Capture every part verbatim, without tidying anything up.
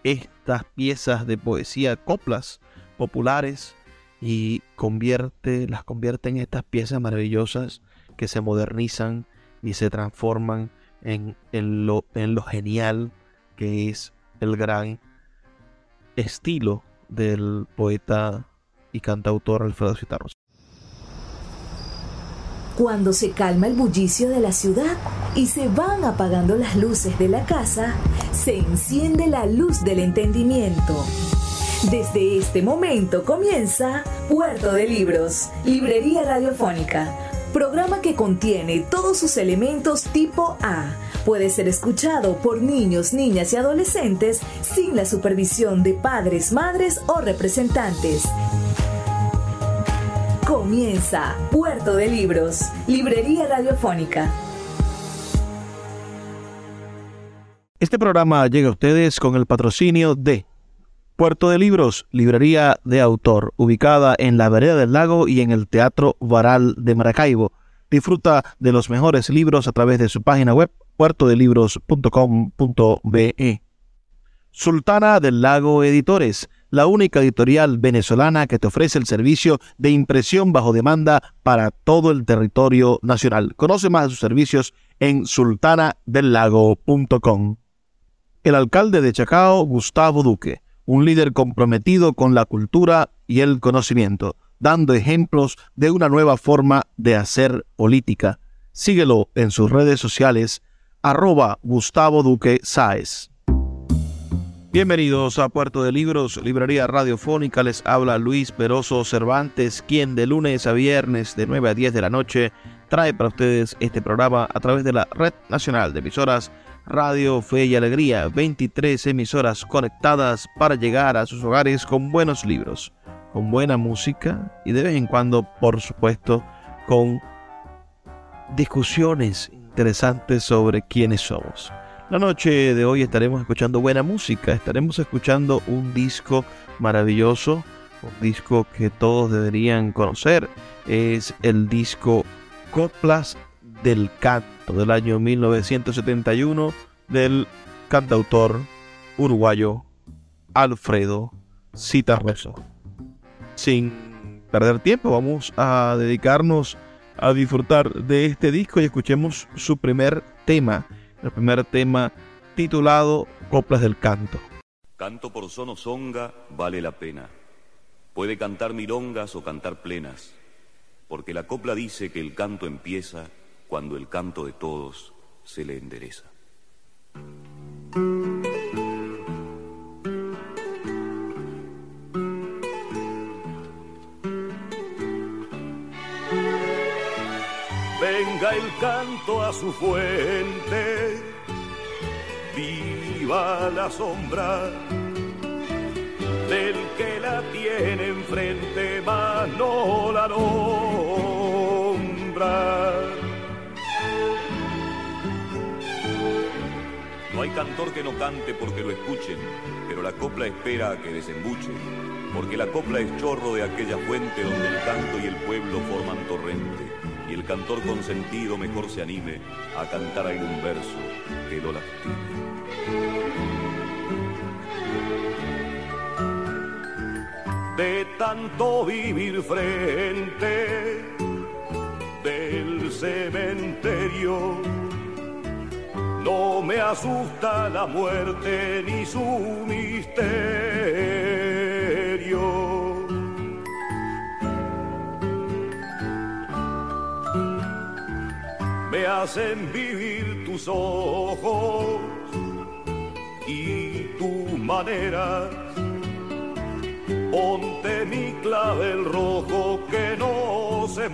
estas piezas de poesía, coplas populares, y convierte, las convierte en estas piezas maravillosas que se modernizan y se transforman en, en, lo, en lo genial que es el gran estilo del poeta y cantautor Alfredo Zitarrosa. Cuando se calma el bullicio de la ciudad y se van apagando las luces de la casa, se enciende la luz del entendimiento. Desde este momento comienza Puerto de Libros, Librería Radiofónica, programa que contiene todos sus elementos tipo A. Puede ser escuchado por niños, niñas y adolescentes sin la supervisión de padres, madres o representantes. Comienza Puerto de Libros, Librería Radiofónica. Este programa llega a ustedes con el patrocinio de Puerto de Libros, librería de autor, ubicada en la Vereda del Lago y en el Teatro Varal de Maracaibo. Disfruta de los mejores libros a través de su página web, puerto de libros punto com punto be. Sultana del Lago Editores, la única editorial venezolana que te ofrece el servicio de impresión bajo demanda para todo el territorio nacional. Conoce más de sus servicios en sultana del lago punto com. El alcalde de Chacao, Gustavo Duque, un líder comprometido con la cultura y el conocimiento, dando ejemplos de una nueva forma de hacer política. Síguelo en sus redes sociales, arroba Gustavo Duque Sáez. Bienvenidos a Puerto de Libros, librería radiofónica. Les habla Luis Peroso Cervantes, quien de lunes a viernes de nueve a diez de la noche trae para ustedes este programa a través de la Red Nacional de Emisoras Radio Fe y Alegría, veintitrés emisoras conectadas para llegar a sus hogares con buenos libros, con buena música y de vez en cuando, por supuesto, con discusiones interesantes sobre quiénes somos. La noche de hoy estaremos escuchando buena música, estaremos escuchando un disco maravilloso, un disco que todos deberían conocer. Es el disco Coplas del Canto del año mil novecientos setenta y uno del cantautor uruguayo Alfredo Zitarrosa. Sin perder tiempo, vamos a dedicarnos a disfrutar de este disco y escuchemos su primer tema, el primer tema titulado Coplas del Canto. Canto por son o songa vale la pena. Puede cantar milongas o cantar plenas, porque la copla dice que el canto empieza cuando el canto de todos se le endereza. Venga el canto a su fuente, viva la sombra del que la tiene enfrente, mas no la nombra. No hay cantor que no cante porque lo escuchen, pero la copla espera a que desembuche, porque la copla es chorro de aquella fuente donde el canto y el pueblo forman torrente, y el cantor consentido mejor se anime a cantar algún verso que lo lastime. De tanto vivir frente del cementerio, no me asusta la muerte ni su misterio. Me hacen vivir tus ojos y tu manera. Ponte mi clavel rojo que no se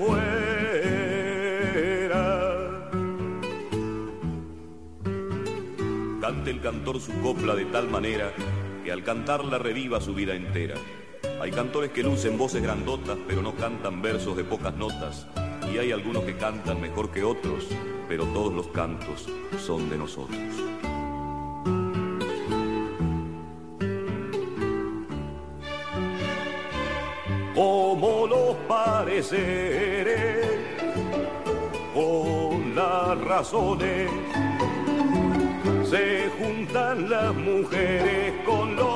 muera. Cante el cantor su copla de tal manera que al cantarla reviva su vida entera. Hay cantores que lucen voces grandotas pero no cantan versos de pocas notas, y hay algunos que cantan mejor que otros, pero todos los cantos son de nosotros. Como los pareceres con las razones, se juntan las mujeres con los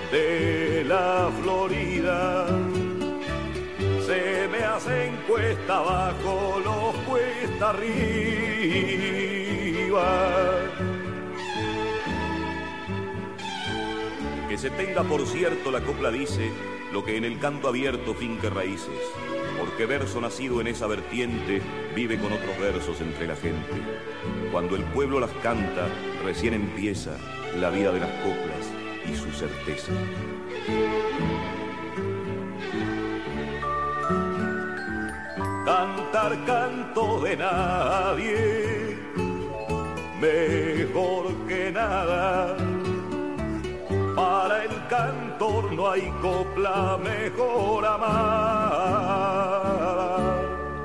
de la Florida. Se me hacen cuesta abajo, los cuesta arriba. Que se tenga por cierto, la copla dice, lo que en el canto abierto finque raíces, porque verso nacido en esa vertiente vive con otros versos entre la gente. Cuando el pueblo las canta, recién empieza la vida de las coplas y su certeza. Cantar canto de nadie, mejor que nada. Para el cantor no hay copla mejor amada.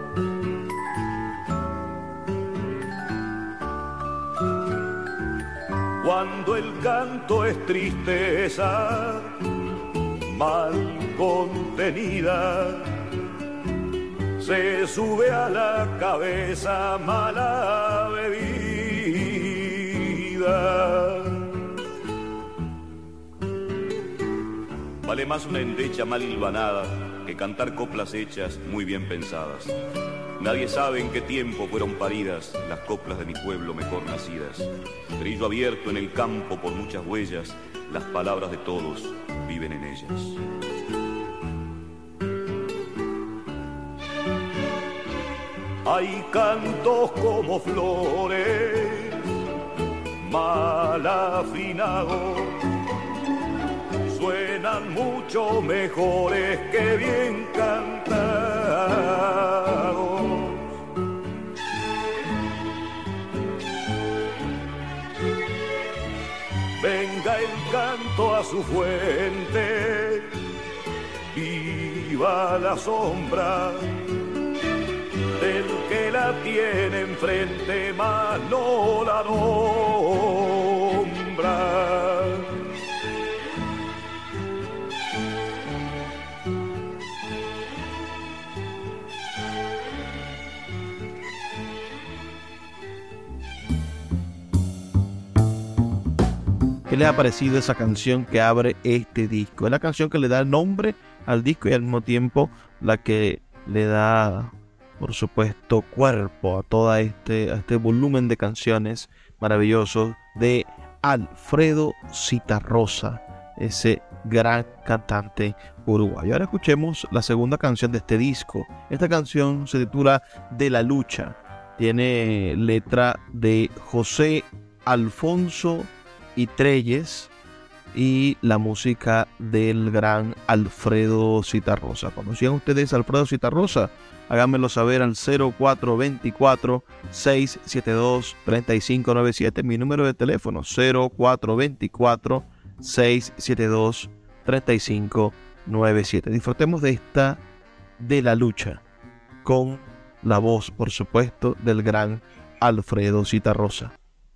Cuando el canto es tristeza mal contenida, se sube a la cabeza mala bebida. Vale más una endecha mal hilvanada que cantar coplas hechas muy bien pensadas. Nadie sabe en qué tiempo fueron paridas las coplas de mi pueblo mejor nacidas. Trillo abierto en el campo por muchas huellas, las palabras de todos viven en ellas. Hay cantos como flores mal afinados, suenan mucho mejores que bien cantados. Venga el canto a su fuente, viva la sombra del que la tiene enfrente, mas no la nombra. ¿Qué les ha parecido esa canción que abre este disco? Es la canción que le da nombre al disco y al mismo tiempo la que le da, por supuesto, cuerpo a todo este, a este volumen de canciones maravillosos de Alfredo Zitarrosa, ese gran cantante uruguayo. Ahora escuchemos la segunda canción de este disco. Esta canción se titula De la Lucha. Tiene letra de José Alfonso y Treyes y la música del gran Alfredo Zitarrosa. ¿Conocían ustedes a Alfredo Zitarrosa? Háganmelo saber al cero cuatro dos cuatro, seis siete dos, tres cinco nueve siete, mi número de teléfono cero cuatro dos cuatro, seis siete dos, tres cinco nueve siete. Disfrutemos de esta De la Lucha con la voz, por supuesto, del gran Alfredo Zitarrosa.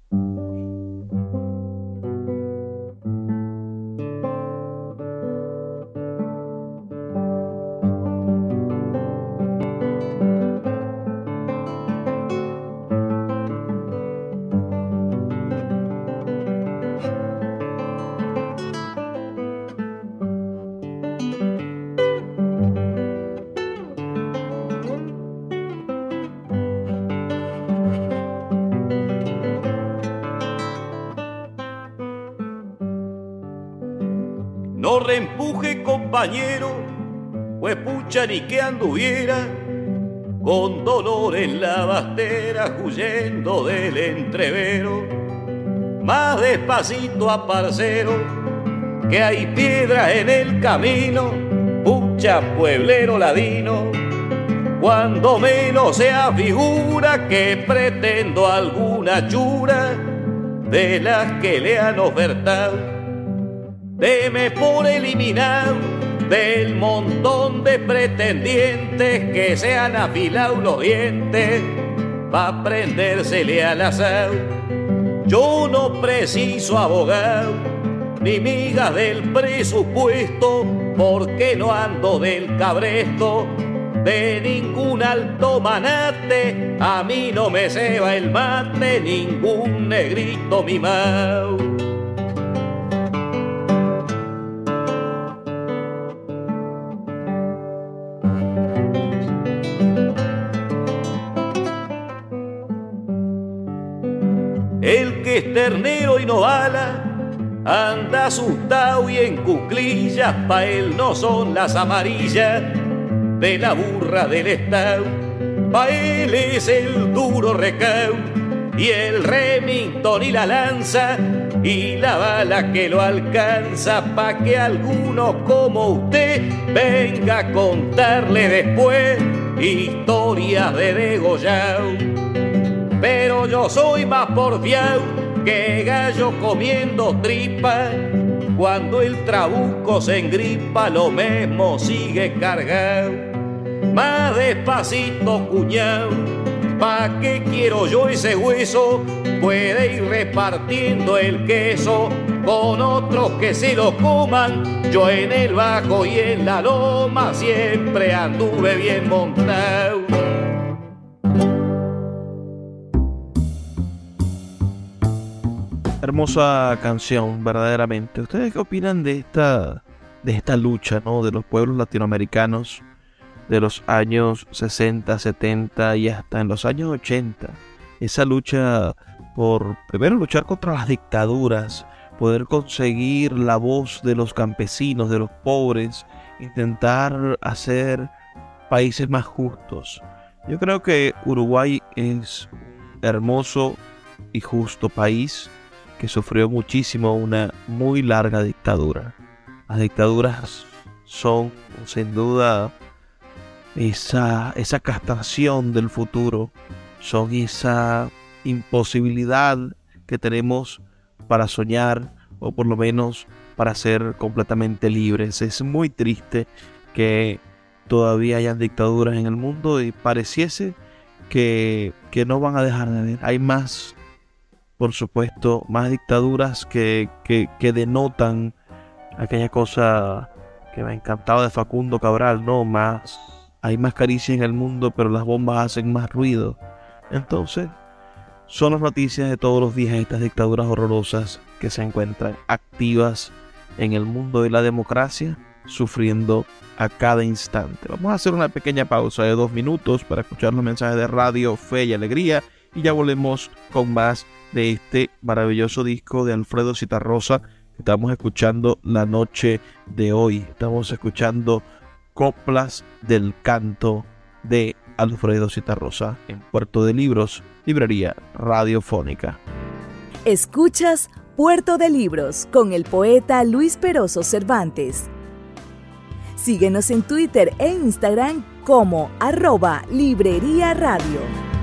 No reempuje, compañero, pues pucha ni que anduviera con dolor en la bastera, huyendo del entrevero. Más despacito, aparcero, que hay piedras en el camino, pucha pueblero ladino. Cuando menos se afigura que pretendo alguna chura de las que le han ofertado, deme por eliminado del montón de pretendientes que se han afilado los dientes pa' prendérsele al asado. Yo no preciso abogado ni migas del presupuesto, porque no ando del cabresto de ningún alto manate. A mí no me ceba el mate ningún negrito mimao. que es ternero y no bala, anda asustado y en cuclillas, pa' él no son las amarillas de la burra del estado, pa' él es el duro recao y el Remington y la lanza y la bala que lo alcanza, pa' que alguno como usted venga a contarle después historias de degollao. Pero yo soy más porfiado que gallo comiendo tripa, cuando el trabuco se engripa lo mismo sigue cargado. Más despacito, cuñao, ¿pa' qué quiero yo ese hueso? Puede ir repartiendo el queso con otros que se lo coman. Yo en el bajo y en la loma siempre anduve bien montado. Hermosa canción, verdaderamente. ¿Ustedes qué opinan de esta, de esta lucha, ¿no?, de los pueblos latinoamericanos de los años sesenta, setenta y hasta en los años ochenta? Esa lucha por, primero, luchar contra las dictaduras, poder conseguir la voz de los campesinos, de los pobres, intentar hacer países más justos. Yo creo que Uruguay es un hermoso y justo país que sufrió muchísimo una muy larga dictadura. Las dictaduras son, sin duda, esa, esa castración del futuro, son esa imposibilidad que tenemos para soñar, o por lo menos para ser completamente libres. Es muy triste que todavía hayan dictaduras en el mundo y pareciese que, que no van a dejar de haber. Hay más, por supuesto, más dictaduras que, que, que denotan aquella cosa que me encantaba de Facundo Cabral, ¿no? Más, hay más caricia en el mundo, pero las bombas hacen más ruido. Entonces, son las noticias de todos los días estas dictaduras horrorosas que se encuentran activas en el mundo de la democracia, sufriendo a cada instante. Vamos a hacer una pequeña pausa de dos minutos para escuchar los mensajes de Radio Fe y Alegría y ya volvemos con más de este maravilloso disco de Alfredo Zitarrosa que estamos escuchando la noche de hoy. Estamos escuchando Coplas del Canto de Alfredo Zitarrosa en Puerto de Libros, librería radiofónica. Escuchas Puerto de Libros con el poeta Luis Peroso Cervantes. Síguenos en Twitter e Instagram como arroba Librería Radio.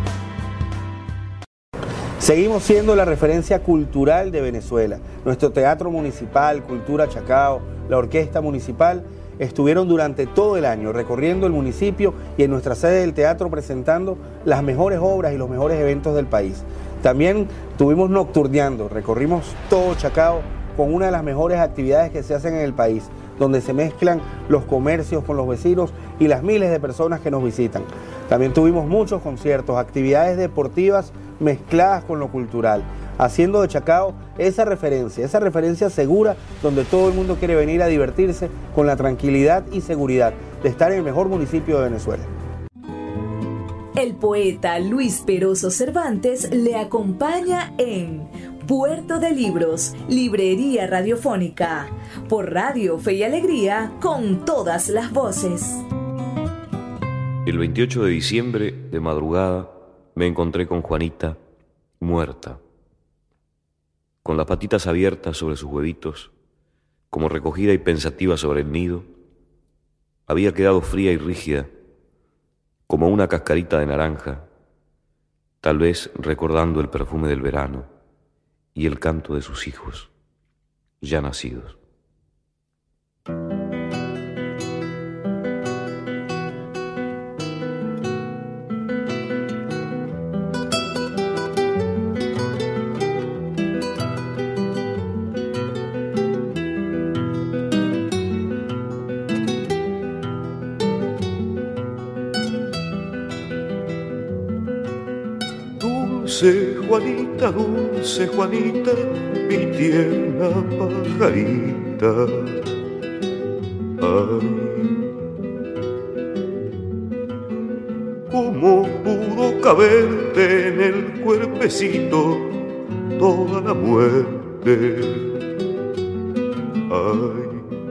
Seguimos siendo la referencia cultural de Venezuela. Nuestro Teatro Municipal, Cultura Chacao, la Orquesta Municipal estuvieron durante todo el año recorriendo el municipio y en nuestra sede del teatro presentando las mejores obras y los mejores eventos del país. También estuvimos nocturneando, recorrimos todo Chacao con una de las mejores actividades que se hacen en el país, donde se mezclan los comercios con los vecinos y las miles de personas que nos visitan. También tuvimos muchos conciertos, actividades deportivas mezcladas con lo cultural, haciendo de Chacao esa referencia, esa referencia segura donde todo el mundo quiere venir a divertirse con la tranquilidad y seguridad de estar en el mejor municipio de Venezuela. El poeta Luis Peroso Cervantes le acompaña en Puerto de Libros, librería radiofónica, por Radio Fe y Alegría, con todas las voces. El veintiocho de diciembre, de madrugada, me encontré con Juanita, muerta, con las patitas abiertas sobre sus huevitos, como recogida y pensativa sobre el nido. Había quedado fría y rígida, como una cascarita de naranja, tal vez recordando el perfume del verano y el canto de sus hijos, ya nacidos. Dulce Juanita, dulce Juanita, mi tierna pajarita. Ay, ¿cómo pudo caberte en el cuerpecito toda la muerte. Ay,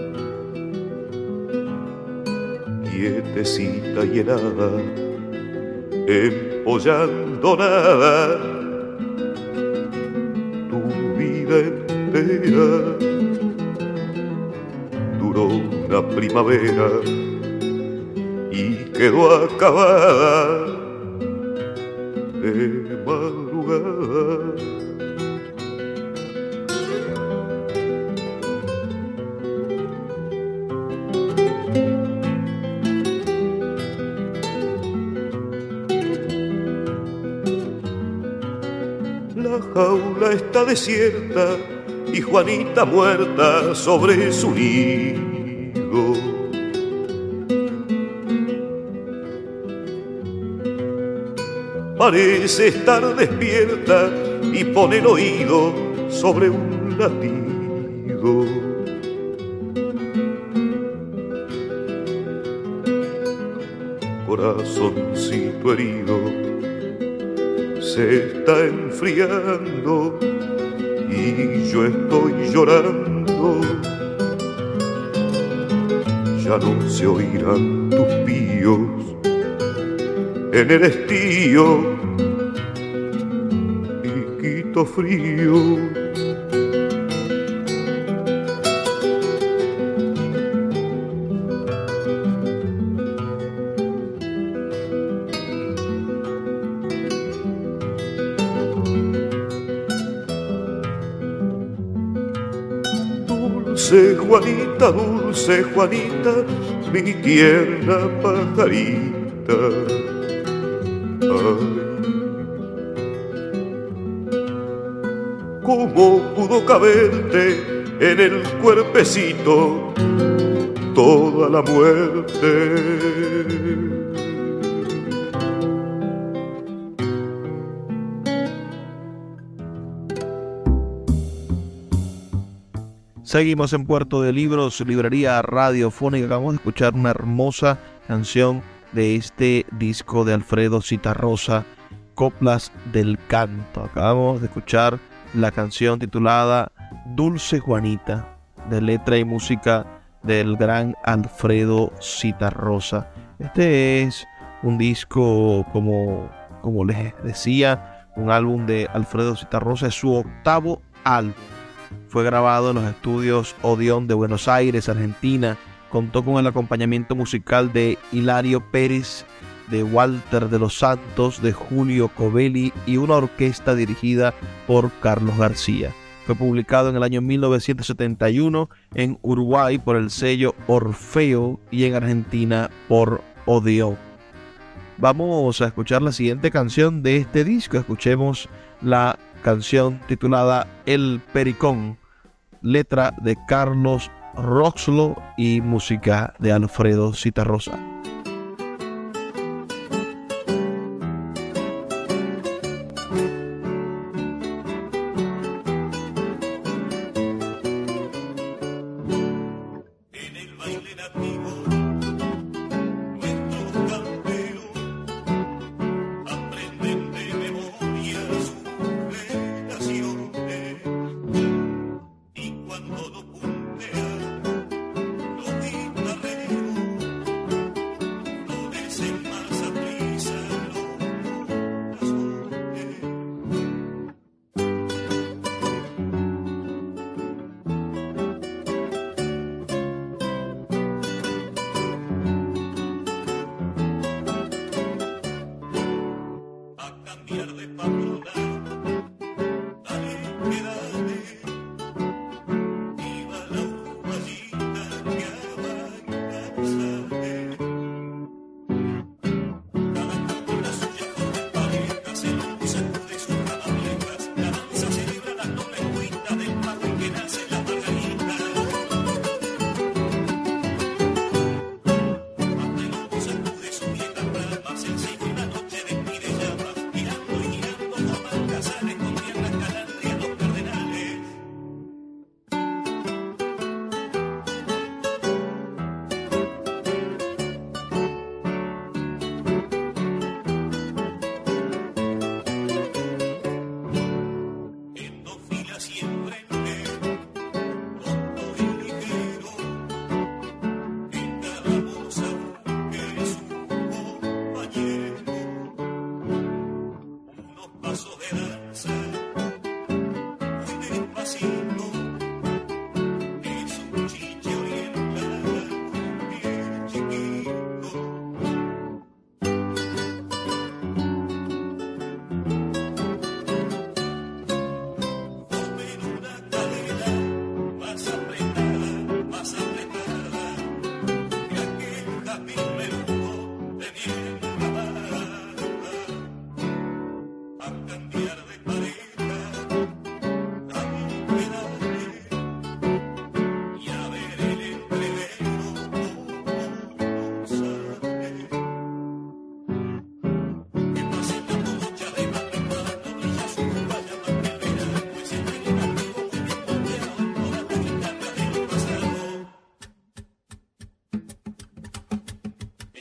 quietecita y helada, empollando nada, tu vida entera duró una primavera y quedó acabada de madrugada. La jaula está desierta y Juanita muerta sobre su nido. Parece estar despierta y pone el oído sobre un latido. Corazoncito herido se está enfriando y yo estoy llorando. Ya no se oirán tus píos en el estío, piquito frío. Dulce Juanita, dulce Juanita, mi tierna pajarita. Ay, ¿cómo pudo caberte en el cuerpecito toda la muerte? Seguimos en Puerto de Libros, librería radiofónica. Acabamos de escuchar una hermosa canción de este disco de Alfredo Zitarrosa, Coplas del Canto. Acabamos de escuchar la canción titulada Dulce Juanita, de letra y música del gran Alfredo Zitarrosa. Este es un disco, como, como les decía, un álbum de Alfredo Zitarrosa, es su octavo álbum. Fue grabado en los estudios Odeón de Buenos Aires, Argentina. Contó con el acompañamiento musical de Hilario Pérez, de Walter de los Santos, de Julio Covelli y una orquesta dirigida por Carlos García. Fue publicado en el año mil novecientos setenta y uno en Uruguay por el sello Orfeo y en Argentina por Odeón. Vamos a escuchar la siguiente canción de este disco. Escuchemos la canción titulada El Pericón, letra de Carlos Roxlo y música de Alfredo Zitarrosa.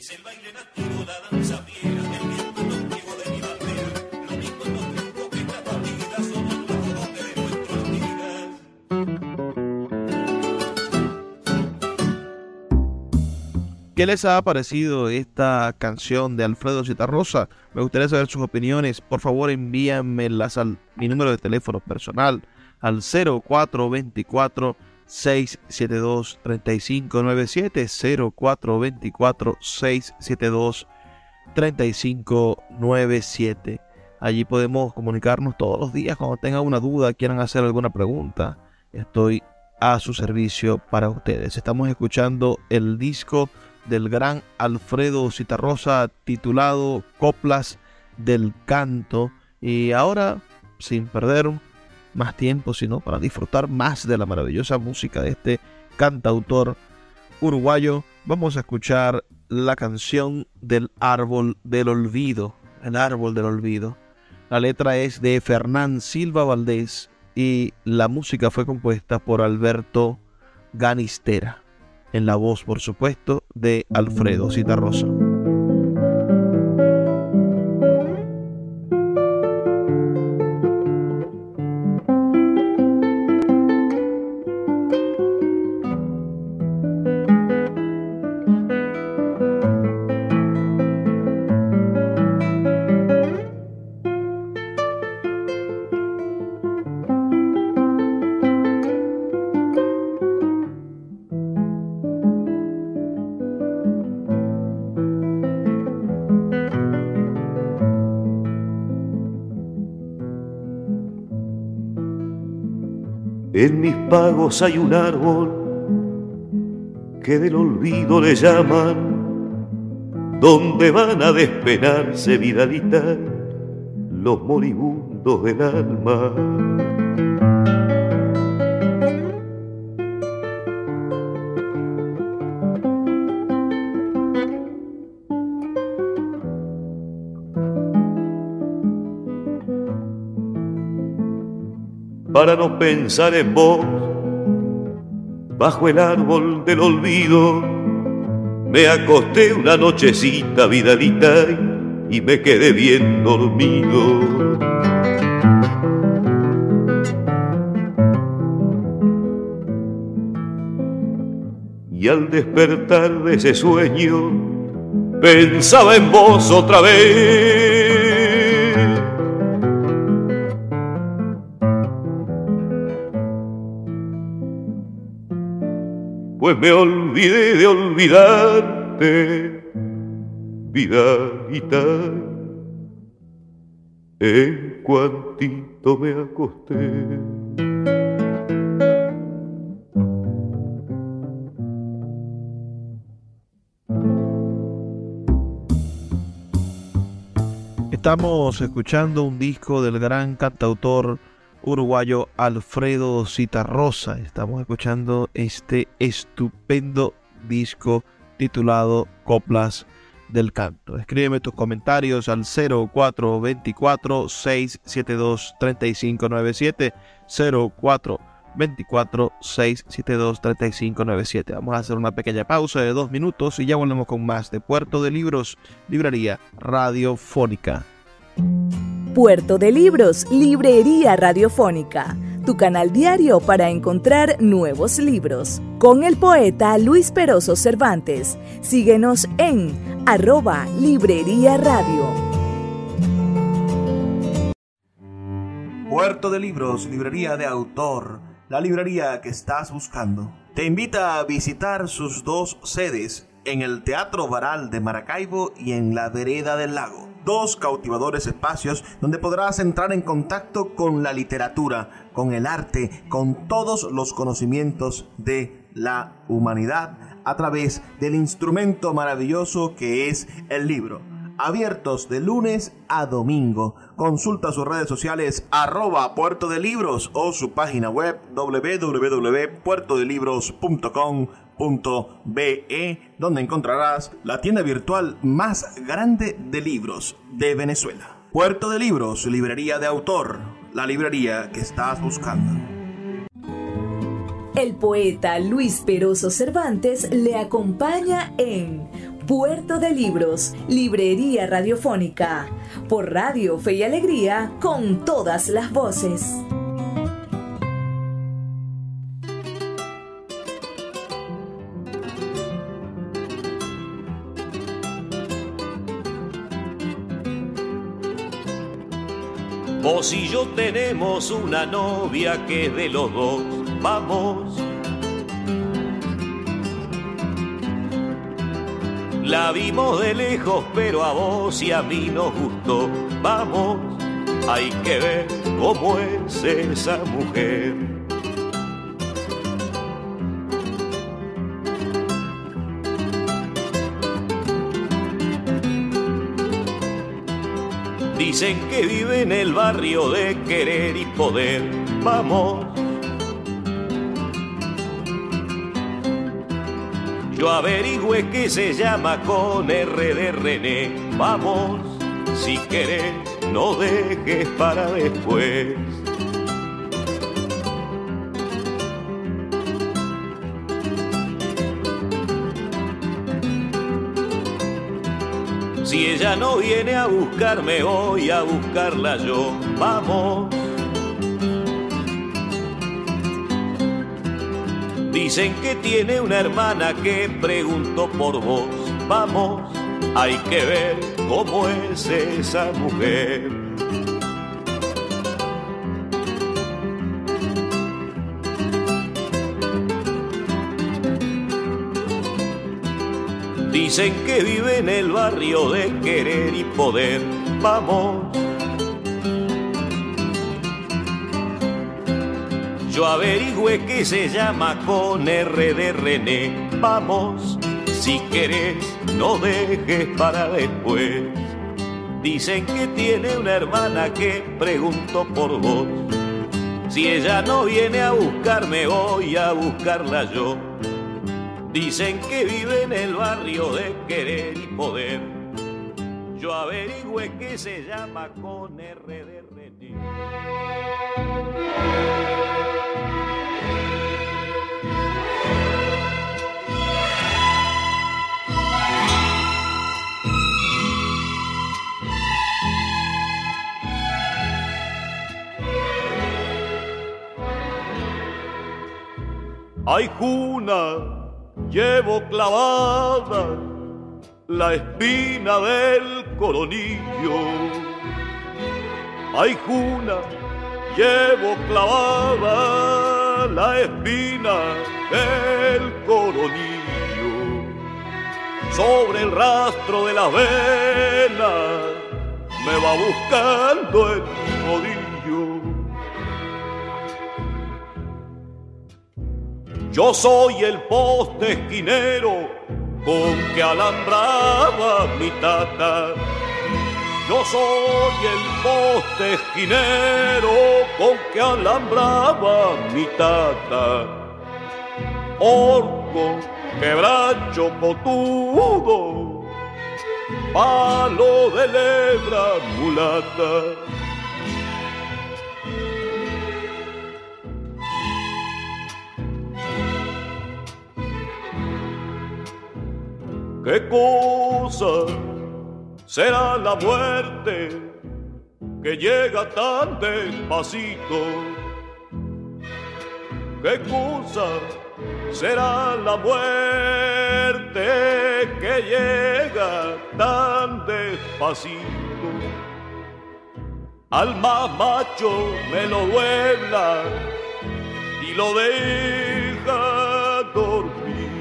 Es el baile nativo, la danza fiera, el viento contigo de mi bandera. Lo mismo en los triunfos que en las partidas, somos los jugadores de nuestras vidas. ¿Qué les ha parecido esta canción de Alfredo Zitarrosa? Me gustaría saber sus opiniones. Por favor, envíenmelas al mi número de teléfono personal al cero cuatro dos cuatro, seis siete dos, tres cinco nueve siete, cero cuatro dos cuatro, seis siete dos, tres cinco nueve siete. Allí podemos comunicarnos todos los días cuando tengan una duda, quieran hacer alguna pregunta. Estoy a su servicio para ustedes. Estamos escuchando el disco del gran Alfredo Zitarrosa titulado Coplas del Canto. Y ahora, sin perder más tiempo, sino para disfrutar más de la maravillosa música de este cantautor uruguayo, vamos a escuchar la canción del Árbol del Olvido. El Árbol del Olvido. La letra es de Fernán Silva Valdés y la música fue compuesta por Alberto Ganistera, en la voz, por supuesto, de Alfredo Zitarrosa. En mis pagos hay un árbol que del olvido le llaman, donde van a despenarse Vidalita los moribundos del alma. Para no pensar en vos, bajo el árbol del olvido, me acosté una nochecita, Vidalita, y me quedé bien dormido. Y al despertar de ese sueño, pensaba en vos otra vez. Pues me olvidé de olvidarte, Vidalita, en cuantito me acosté. Estamos escuchando un disco del gran cantautor uruguayo Alfredo Zitarrosa. Estamos escuchando este estupendo disco titulado Coplas del Canto. Escríbeme tus comentarios al cero cuatro dos cuatro, seis siete dos, tres cinco nueve siete, cero cuatro dos cuatro, seis siete dos, tres cinco nueve siete. Vamos a hacer una pequeña pausa de dos minutos y ya volvemos con más de Puerto de Libros, Librería Radiofónica. Puerto de Libros, Librería Radiofónica, tu canal diario para encontrar nuevos libros. Con el poeta Luis Peroso Cervantes. Síguenos en arroba Librería Radio. Puerto de Libros, Librería de Autor, la librería que estás buscando. Te invita a visitar sus dos sedes, en el Teatro Varal de Maracaibo y en la Vereda del Lago. Dos cautivadores espacios donde podrás entrar en contacto con la literatura, con el arte, con todos los conocimientos de la humanidad a través del instrumento maravilloso que es el libro. Abiertos de lunes a domingo. Consulta sus redes sociales arroba Puerto de Libros o su página web doble u doble u doble u punto puerto de libros punto com punto be, donde encontrarás la tienda virtual más grande de libros de Venezuela. Puerto de Libros, librería de autor, la librería que estás buscando. El poeta Luis Peroso Cervantes le acompaña en Puerto de Libros, librería radiofónica, por Radio Fe y Alegría, con todas las voces. Vos y yo tenemos una novia que es de los dos, vamos. La vimos de lejos, pero a vos y a mí nos gustó, vamos. Hay que ver cómo es esa mujer. Dicen que vive en el barrio de Querer y Poder, vamos. Yo averigüé que se llama con R de René, vamos. Si querés, no dejes para después. Si ella no viene a buscarme, voy a buscarla yo, vamos. Dicen que tiene una hermana que preguntó por vos, vamos. Hay que ver cómo es esa mujer. Dicen que vive en el barrio de Querer y Poder, vamos. Yo averigüé que se llama con R de René, vamos. Si querés, no dejes para después. Dicen que tiene una hermana que preguntó por vos. Si ella no viene a buscarme, voy a buscarla yo. Dicen que vive en el barrio de Querer y Poder. Yo averigüé que se llama con R de René. Ay, Juna, llevo clavada la espina del coronillo. Ay, Juna, llevo clavada la espina del coronillo. Sobre el rastro de las venas me va buscando el rodillo. Yo soy el poste esquinero con que alambraba mi tata. Yo soy el poste esquinero con que alambraba mi tata. Orco, quebracho, cotudo, palo de lebra mulata. ¿Qué cosa será la muerte que llega tan despacito? ¿Qué cosa será la muerte que llega tan despacito? Al más macho me lo duela y lo deja dormir.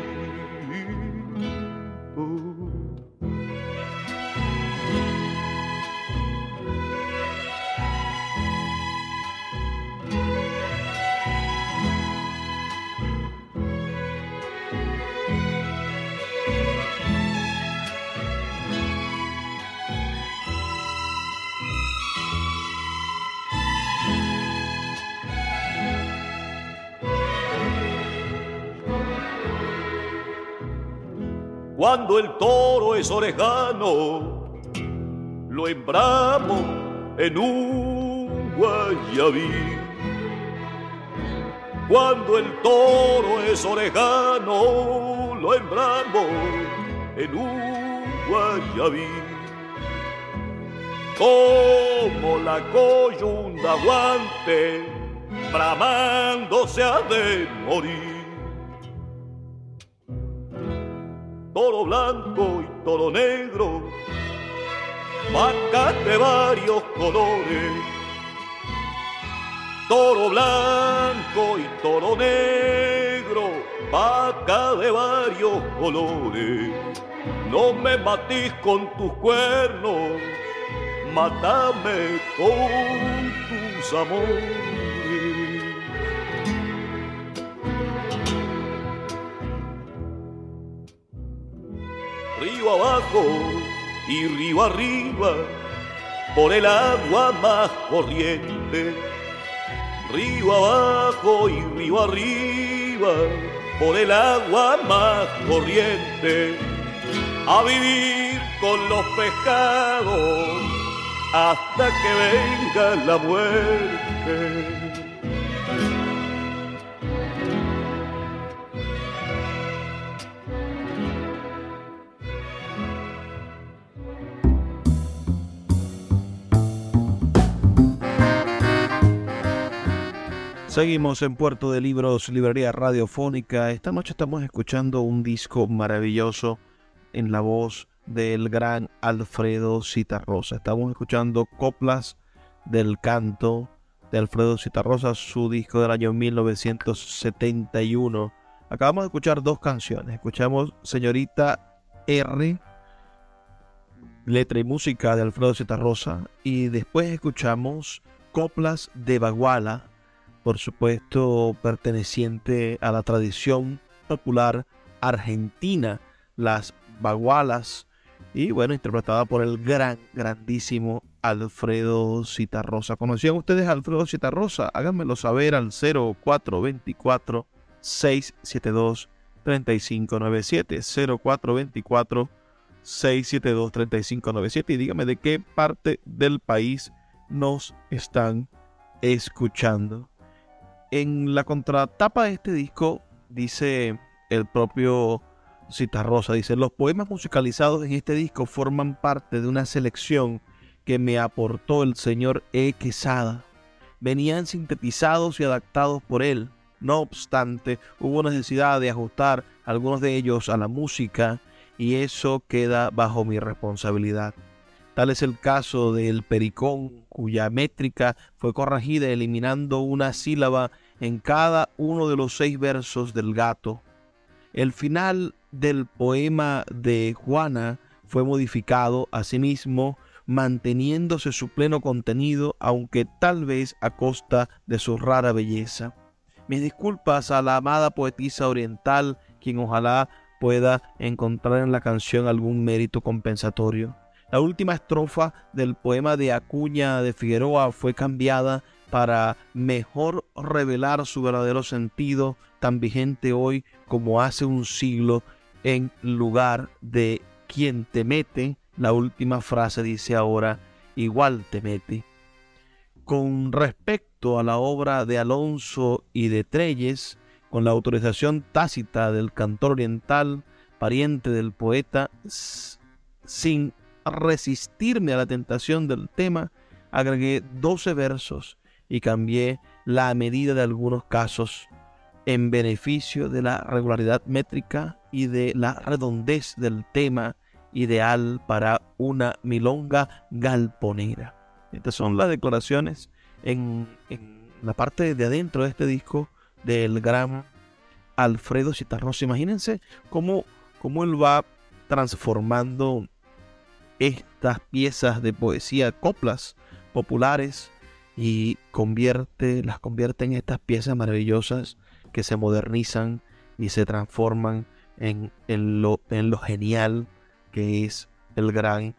Cuando el toro es orejano, lo hembramos en un guayabí. Cuando el toro es orejano, lo hembramos en un guayabí. Como la coyunda guante, bramando se ha de morir. Toro blanco y toro negro, vacas de varios colores. Toro blanco y toro negro, vaca de varios colores. No me matís con tus cuernos, mátame con tus amores. Río abajo y río arriba, por el agua más corriente. Río abajo y río arriba, por el agua más corriente. A vivir con los pescados hasta que venga la muerte. Seguimos en Puerto de Libros, librería radiofónica. Esta noche estamos escuchando un disco maravilloso en la voz del gran Alfredo Zitarrosa. Estamos escuchando Coplas del Canto de Alfredo Zitarrosa, su disco del año mil novecientos setenta y uno. Acabamos de escuchar dos canciones. Escuchamos Señorita R, letra y música de Alfredo Zitarrosa, y después escuchamos Coplas de Baguala, por supuesto perteneciente a la tradición popular argentina, las bagualas, y bueno, interpretada por el gran, grandísimo Alfredo Zitarrosa. ¿Conocían ustedes a Alfredo Zitarrosa? Háganmelo saber al cero cuatro dos cuatro, seis siete dos, tres cinco nueve siete, cero cuatro dos cuatro, seis siete dos, tres cinco nueve siete, y díganme de qué parte del país nos están escuchando. En la contratapa de este disco dice el propio Zitarrosa, dice: los poemas musicalizados en este disco forman parte de una selección que me aportó el señor E. Quesada. Venían sintetizados y adaptados por él. No obstante, hubo necesidad de ajustar algunos de ellos a la música, y eso queda bajo mi responsabilidad. Tal es el caso del Pericón, cuya métrica fue corregida eliminando una sílaba en cada uno de los seis versos del Gato. El final del poema de Juana fue modificado, asimismo, manteniéndose su pleno contenido, aunque tal vez a costa de su rara belleza. Mis disculpas a la amada poetisa oriental, quien ojalá pueda encontrar en la canción algún mérito compensatorio. La última estrofa del poema de Acuña de Figueroa fue cambiada para mejor revelar su verdadero sentido, tan vigente hoy como hace un siglo. En lugar de quien te mete, la última frase dice ahora: igual te mete. Con respecto a la obra de Alonso y de Trelles, con la autorización tácita del cantor oriental, pariente del poeta, sin resistirme a la tentación del tema, agregué doce versos y cambié la medida de algunos casos en beneficio de la regularidad métrica y de la redondez del tema, ideal para una milonga galponera. Estas son las declaraciones en, en la parte de adentro de este disco del gran Alfredo Zitarrosa. Imagínense cómo, cómo él va transformando estas piezas de poesía, coplas populares, y convierte, las convierte en estas piezas maravillosas que se modernizan y se transforman en, en, lo, en lo genial que es el gran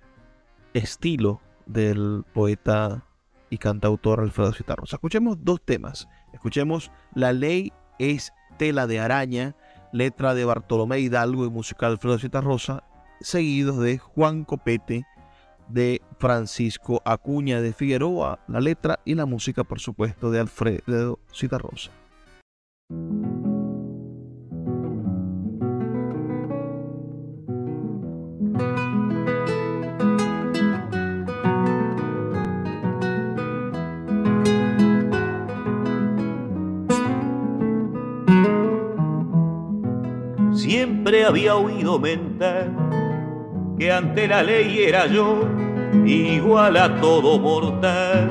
estilo del poeta y cantautor Alfredo Zitarrosa. Escuchemos dos temas. Escuchemos La ley es tela de araña, letra de Bartolomé Hidalgo y música de Alfredo Zitarrosa, seguidos de Juan Copete de Francisco Acuña de Figueroa, la letra y la música, por supuesto, de Alfredo Zitarrosa. siempre había oído mentar que ante la ley era yo igual a todo mortal.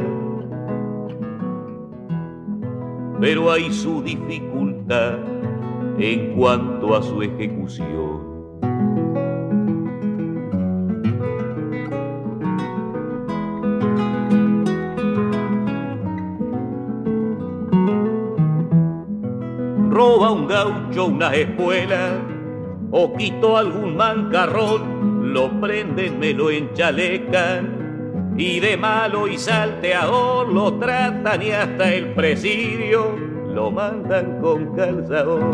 Pero hay su dificultad en cuanto a su ejecución. Roba un gaucho una espuela o quito algún mancarrón, lo prenden, me lo enchalecan y de malo y salteador lo tratan y hasta el presidio lo mandan con calzador.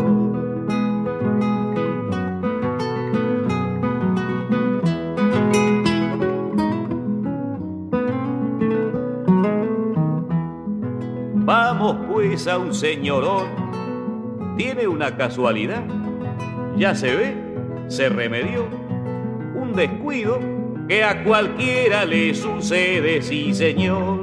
Vamos pues a un señorón, tiene una casualidad, ya se ve, se remedió, un descuido que a cualquiera le sucede, sí señor.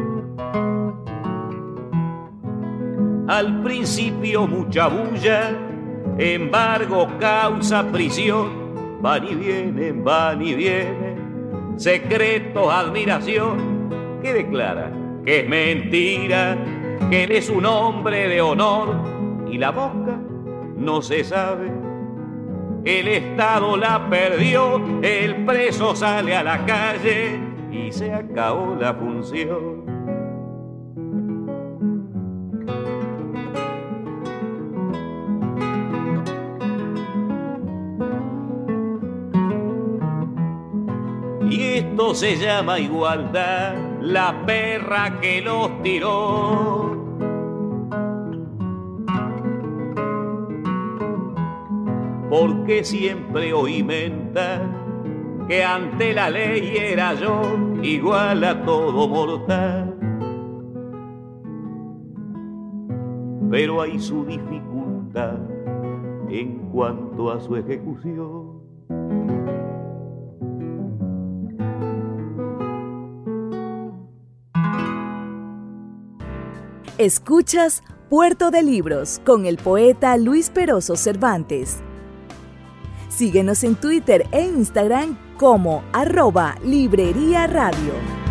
Al principio mucha bulla, embargo causa prisión, van y vienen, van y vienen, secretos, admiración, que declara que es mentira, que él es un hombre de honor. Y la mosca no se sabe, el Estado la perdió, el preso sale a la calle y se acabó la función. Y esto se llama igualdad, la perra que los tiró. Porque siempre oí mentar que ante la ley era yo igual a todo mortal. Pero hay su dificultad en cuanto a su ejecución. Escuchas Puerto de Libros con el poeta Luis Peroso Cervantes. Síguenos en Twitter e Instagram como arroba Librería Radio.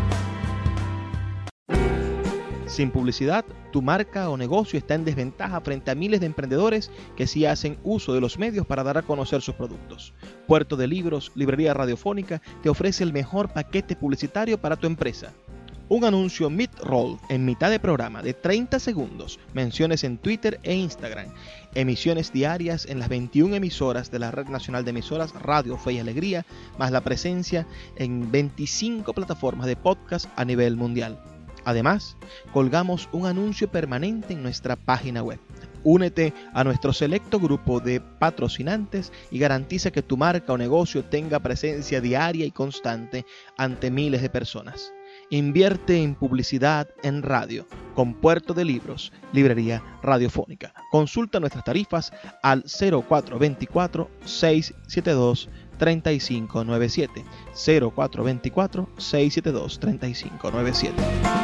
Sin publicidad, tu marca o negocio está en desventaja frente a miles de emprendedores que sí hacen uso de los medios para dar a conocer sus productos. Puerto de Libros, Librería Radiofónica, te ofrece el mejor paquete publicitario para tu empresa. Un anuncio mid-roll en mitad de programa de treinta segundos, menciones en Twitter e Instagram, emisiones diarias en las veintiuna emisoras de la Red Nacional de Emisoras Radio Fe y Alegría, más la presencia en veinticinco plataformas de podcast a nivel mundial. Además, colgamos un anuncio permanente en nuestra página web. Únete a nuestro selecto grupo de patrocinantes y garantiza que tu marca o negocio tenga presencia diaria y constante ante miles de personas. Invierte en publicidad en radio con Puerto de Libros, Librería Radiofónica. Consulta nuestras tarifas al cero cuatro dos cuatro, seis siete dos, tres cinco nueve siete, cero cuatro dos cuatro, seis siete dos, tres cinco nueve siete.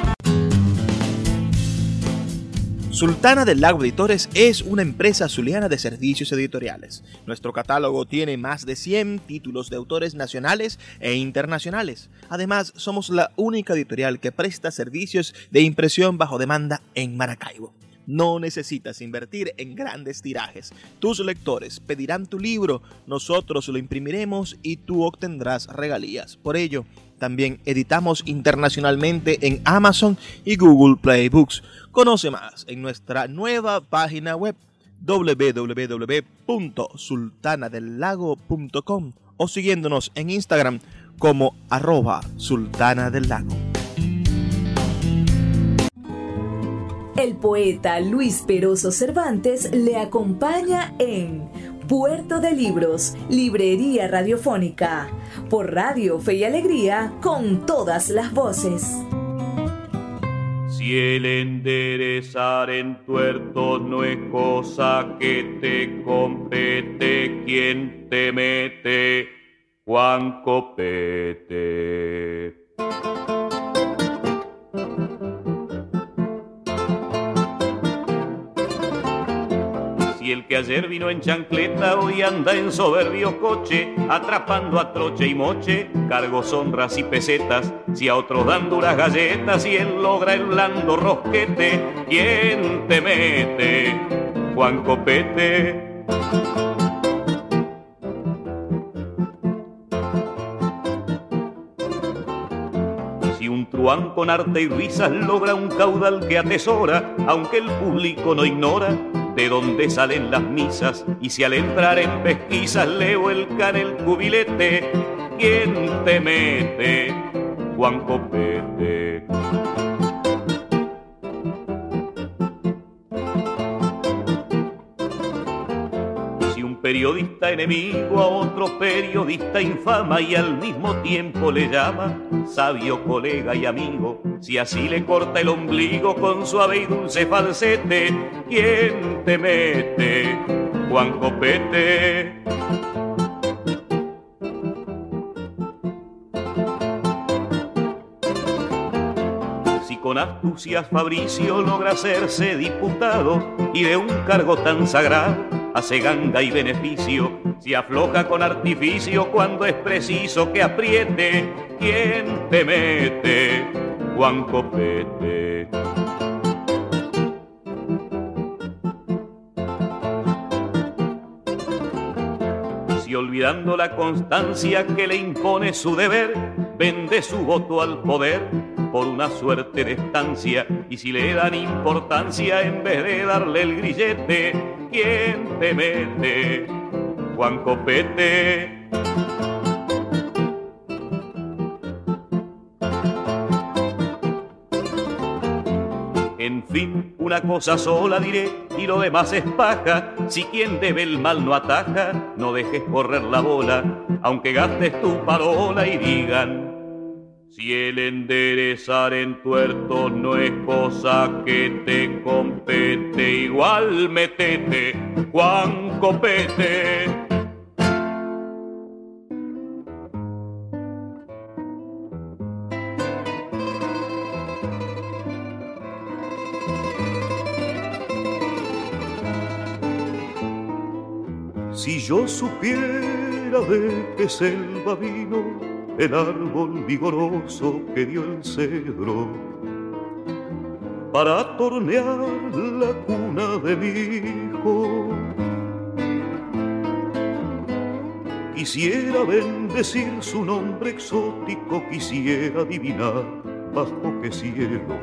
Sultana del Lago Editores es una empresa zuliana de servicios editoriales. Nuestro catálogo tiene más de cien títulos de autores nacionales e internacionales. Además, somos la única editorial que presta servicios de impresión bajo demanda en Maracaibo. No necesitas invertir en grandes tirajes. Tus lectores pedirán tu libro, nosotros lo imprimiremos y tú obtendrás regalías. Por ello, también editamos internacionalmente en Amazon y Google Play Books. Conoce más en nuestra nueva página web doble u doble u doble u punto sultana del lago punto com o siguiéndonos en Instagram como arroba sultana del lago. El poeta Luis Peroso Cervantes le acompaña en Puerto de Libros, Librería Radiofónica, por Radio Fe y Alegría, con todas las voces. Si el enderezar en tuerto no es cosa que te compete, quien te mete, Juan Copete. Si el que ayer vino en chancleta, hoy anda en soberbio coche, atrapando a troche y moche, cargos, honras y pesetas, si a otros dan duras galletas y él logra el blando rosquete, ¿quién te mete, Juan Copete? Si un truán con arte y risas logra un caudal que atesora, aunque el público no ignora de dónde salen las misas, y si al entrar en pesquisas leo el canel cubilete, ¿quién te mete, Juan Copete? Si un periodista enemigo a otro periodista infama y al mismo tiempo le llama sabio, colega y amigo, si así le corta el ombligo con suave y dulce falsete, ¿quién te mete, Juan Copete? Si con astucias Fabricio logra hacerse diputado y de un cargo tan sagrado hace ganga y beneficio, si afloja con artificio cuando es preciso que apriete, ¿quién te mete, Juan Copete? Si olvidando la constancia que le impone su deber, vende su voto al poder por una suerte de estancia, y si le dan importancia en vez de darle el grillete, ¿quién te mete, Juan Copete? En fin, una cosa sola diré y lo demás es paja. Si quien debe el mal no ataja, no dejes correr la bola, aunque gastes tu parola y digan: si el enderezar en tuerto no es cosa que te compete, igual metete, Juan Copete. Si yo supiera de qué selva vino el árbol vigoroso que dio el cedro para tornear la cuna de mi hijo, quisiera bendecir su nombre exótico, quisiera adivinar bajo qué cielo,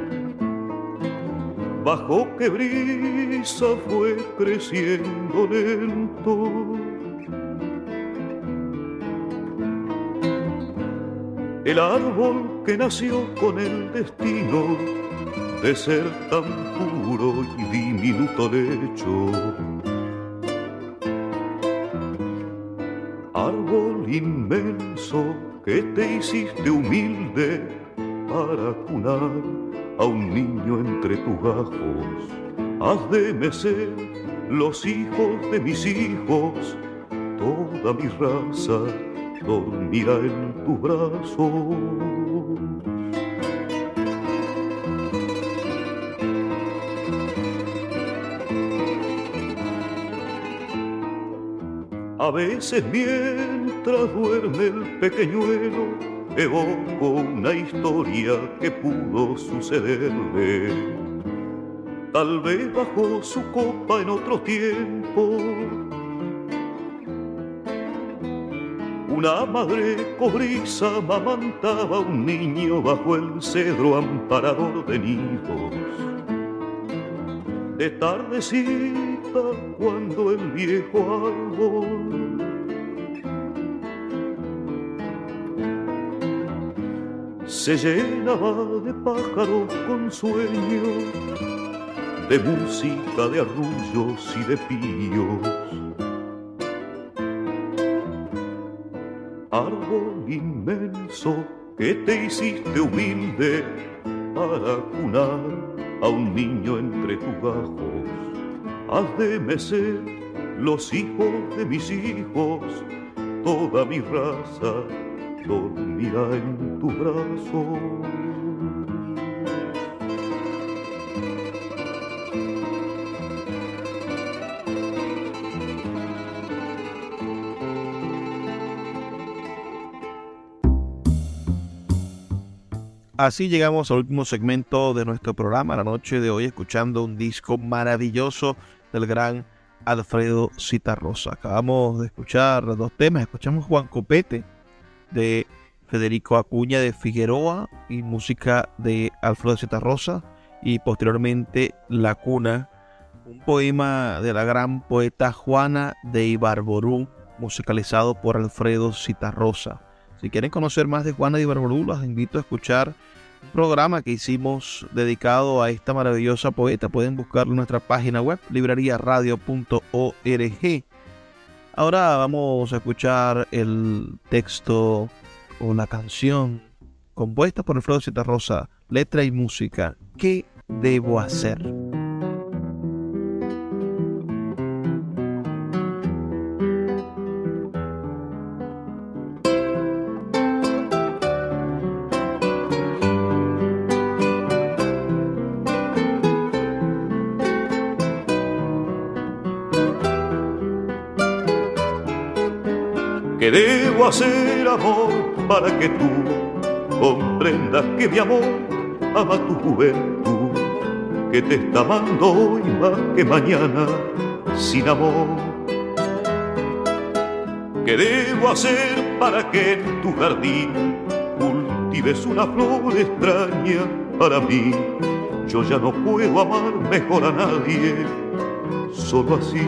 bajo qué brisa fue creciendo lento el árbol que nació con el destino de ser tan puro y diminuto lecho. Árbol inmenso que te hiciste humilde para cunar a un niño entre tus gajos, haz de mecer los hijos de mis hijos, toda mi raza dormirá en tus brazos. A veces mientras duerme el pequeñuelo, evoco una historia que pudo sucederle. Tal vez bajo su copa en otro tiempo, una madre cobriza amamantaba a un niño bajo el cedro amparador de nidos. De tardecita, cuando el viejo árbol se llenaba de pájaros con sueño, de música, de arrullos y de píos. Árbol inmenso que te hiciste humilde para cunar a un niño entre tus gajos, haz de mecer los hijos de mis hijos, toda mi raza dormirá en tu brazo. Así llegamos al último segmento de nuestro programa la noche de hoy, escuchando un disco maravilloso del gran Alfredo Zitarrosa. Acabamos de escuchar dos temas. Escuchamos Juan Copete de Federico Acuña de Figueroa y música de Alfredo Zitarrosa, y posteriormente La Cuna, un poema de la gran poeta Juana de Ibarború, musicalizado por Alfredo Zitarrosa. Si quieren conocer más de Juana de Ibarború, los invito a escuchar un programa que hicimos dedicado a esta maravillosa poeta. Pueden buscarlo en nuestra página web, libraria radio punto org. Ahora vamos a escuchar el texto o la canción compuesta por Alfredo Zitarrosa, letra y música. ¿Qué debo hacer? ¿Qué debo hacer, amor, para que tú comprendas que mi amor ama tu juventud, que te está amando hoy más que mañana sin amor? ¿Qué debo hacer para que en tu jardín cultives una flor extraña para mí? Yo ya no puedo amar mejor a nadie, solo así.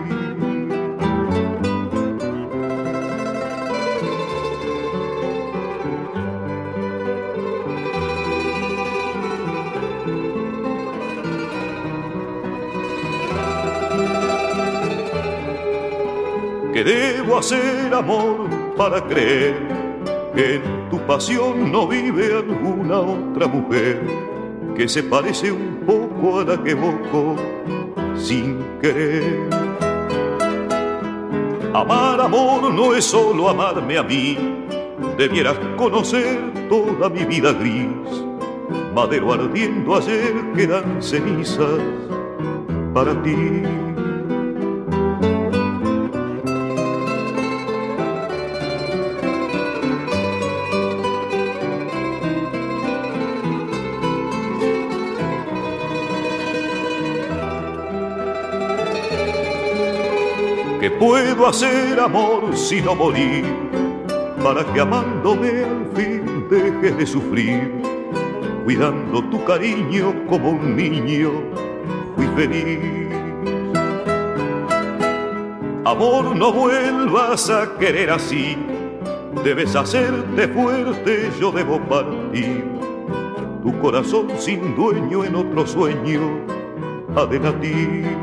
¿Qué debo hacer, amor, para creer que en tu pasión no vive alguna otra mujer que se parece un poco a la que evoco sin querer? Amar, amor, no es solo amarme a mí, debieras conocer toda mi vida gris. Madero ardiendo ayer quedan cenizas para ti. ¿Qué puedo hacer, amor, sino morir, para que amándome al fin dejes de sufrir? Cuidando tu cariño como un niño fui feliz. Amor, no vuelvas a querer así, debes hacerte fuerte, yo debo partir. Tu corazón sin dueño en otro sueño ha de latir.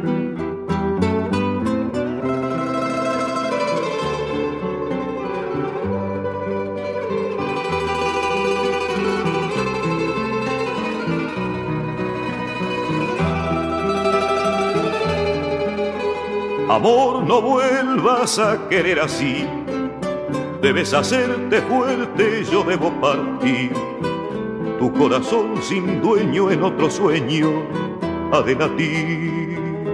Amor, no vuelvas a querer así, debes hacerte fuerte, yo debo partir. Tu corazón sin dueño en otro sueño ha de latir.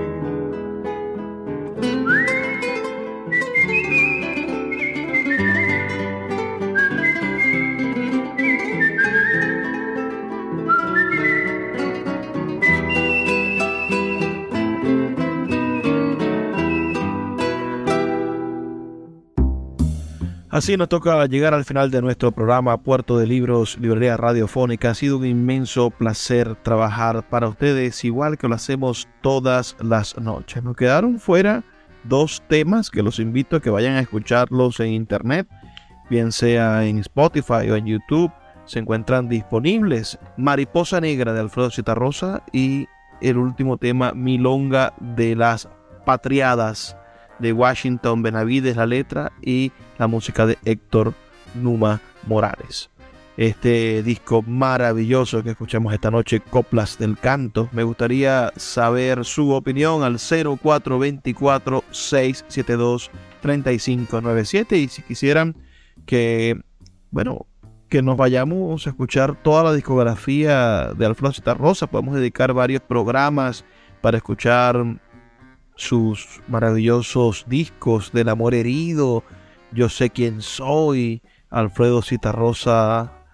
Así nos toca llegar al final de nuestro programa Puerto de Libros, Librería Radiofónica. Ha sido un inmenso placer trabajar para ustedes, igual que lo hacemos todas las noches. Nos quedaron fuera dos temas que los invito a que vayan a escucharlos en internet, bien sea en Spotify o en YouTube. Se encuentran disponibles Mariposa Negra de Alfredo Zitarrosa y el último tema Milonga de las Patriadas de Washington Benavides, la letra, y la música de Héctor Numa Morales. Este disco maravilloso que escuchamos esta noche, Coplas del Canto. Me gustaría saber su opinión al cero cuatro dos cuatro, seis siete dos, tres cinco nueve siete, y si quisieran que, bueno, que nos vayamos a escuchar toda la discografía de Alfredo Zitarrosa, podemos dedicar varios programas para escuchar sus maravillosos discos del amor herido, Yo sé quién soy, Alfredo Zitarrosa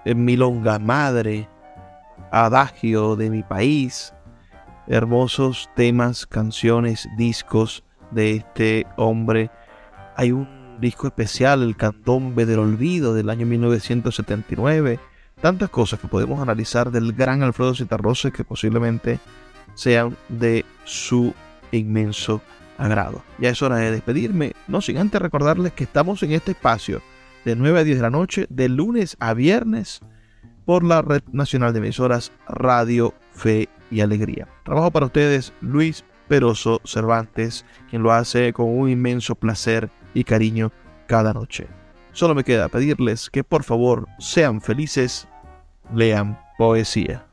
Milonga Madre, Adagio de mi país. Hermosos temas, canciones, discos de este hombre. Hay un disco especial, El Candombe del Olvido, del año mil novecientos setenta y nueve. Tantas cosas que podemos analizar del gran Alfredo Zitarrosa que posiblemente sean de su inmenso agrado. Ya es hora de despedirme, no sin antes recordarles que estamos en este espacio de nueve a diez de la noche, de lunes a viernes, por la Red Nacional de Emisoras Radio Fe y Alegría. Trabajo para ustedes Luis Peroso Cervantes, quien lo hace con un inmenso placer y cariño cada noche. Solo me queda pedirles que por favor sean felices, lean poesía.